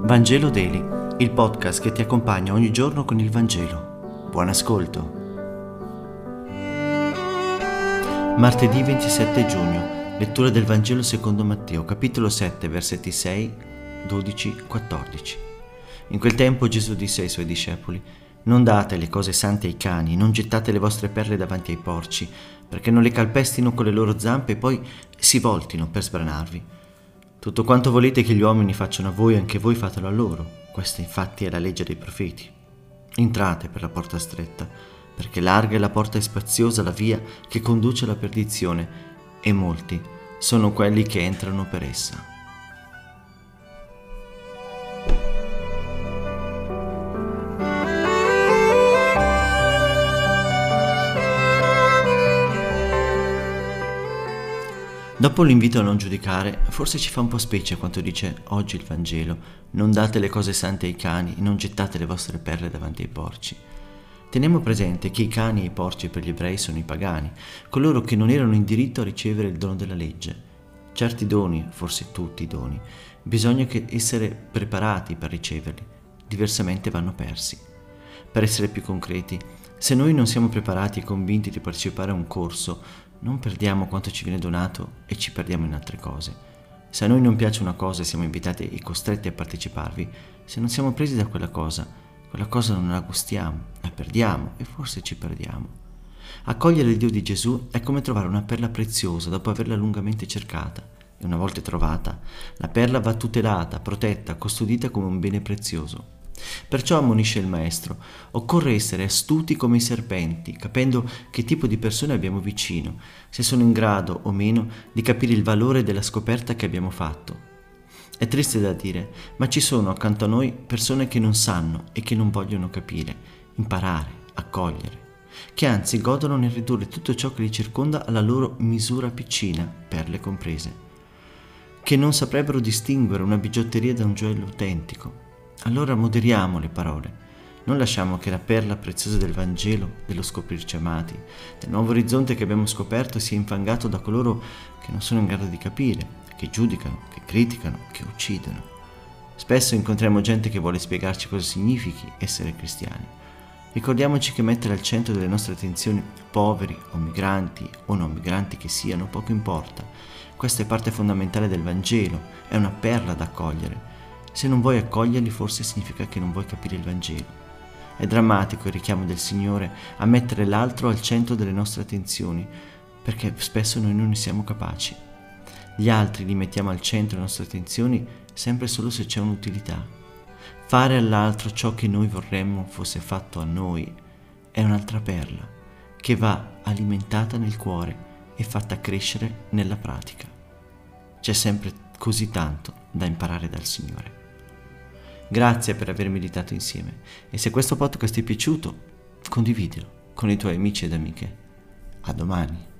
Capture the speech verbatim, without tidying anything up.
Vangelo Daily, il podcast che ti accompagna ogni giorno con il Vangelo. Buon ascolto. Martedì ventisette giugno, lettura del Vangelo secondo Matteo, capitolo sette, versetti sei, dodici, quattordici. In quel tempo Gesù disse ai suoi discepoli: non date le cose sante ai cani, non gettate le vostre perle davanti ai porci, perché non le calpestino con le loro zampe e poi si voltino per sbranarvi. Tutto quanto volete che gli uomini facciano a voi, anche voi fatelo a loro. Questa infatti è la legge dei profeti. Entrate per la porta stretta, perché larga è la porta e spaziosa la via che conduce alla perdizione, e molti sono quelli che entrano per essa. Dopo l'invito a non giudicare, forse ci fa un po' specie quanto dice oggi il Vangelo: non date le cose sante ai cani, non gettate le vostre perle davanti ai porci. Teniamo presente che i cani e i porci per gli ebrei sono i pagani, coloro che non erano in diritto a ricevere il dono della legge. Certi doni, forse tutti i doni, bisogna che essere preparati per riceverli, diversamente vanno persi. Per essere più concreti, se noi non siamo preparati e convinti di partecipare a un corso, non perdiamo quanto ci viene donato e ci perdiamo in altre cose. Se a noi non piace una cosa e siamo invitati e costretti a parteciparvi, se non siamo presi da quella cosa, quella cosa non la gustiamo, la perdiamo e forse ci perdiamo. Accogliere il Dio di Gesù è come trovare una perla preziosa dopo averla lungamente cercata, e una volta trovata, la perla va tutelata, protetta, custodita come un bene prezioso. Perciò ammonisce il maestro: occorre essere astuti come i serpenti, capendo che tipo di persone abbiamo vicino, se sono in grado o meno di capire il valore della scoperta che abbiamo fatto. È triste da dire, ma ci sono accanto a noi persone che non sanno e che non vogliono capire, imparare, accogliere, che anzi godono nel ridurre tutto ciò che li circonda alla loro misura piccina, perle comprese, che non saprebbero distinguere una bigiotteria da un gioiello autentico. Allora moderiamo le parole, non lasciamo che la perla preziosa del Vangelo, dello scoprirci amati, del nuovo orizzonte che abbiamo scoperto sia infangato da coloro che non sono in grado di capire, che giudicano, che criticano, che uccidono. Spesso incontriamo gente che vuole spiegarci cosa significhi essere cristiani. Ricordiamoci che mettere al centro delle nostre attenzioni poveri o migranti o non migranti che siano, poco importa. Questa è parte fondamentale del Vangelo, è una perla da accogliere. Se non vuoi accoglierli, forse significa che non vuoi capire il Vangelo. È drammatico il richiamo del Signore a mettere l'altro al centro delle nostre attenzioni, perché spesso noi non ne siamo capaci. Gli altri li mettiamo al centro delle nostre attenzioni sempre solo se c'è un'utilità. Fare all'altro ciò che noi vorremmo fosse fatto a noi è un'altra perla, che va alimentata nel cuore e fatta crescere nella pratica. C'è sempre così tanto da imparare dal Signore. Grazie per aver meditato insieme, e se questo podcast ti è piaciuto, condividilo con i tuoi amici ed amiche. A domani.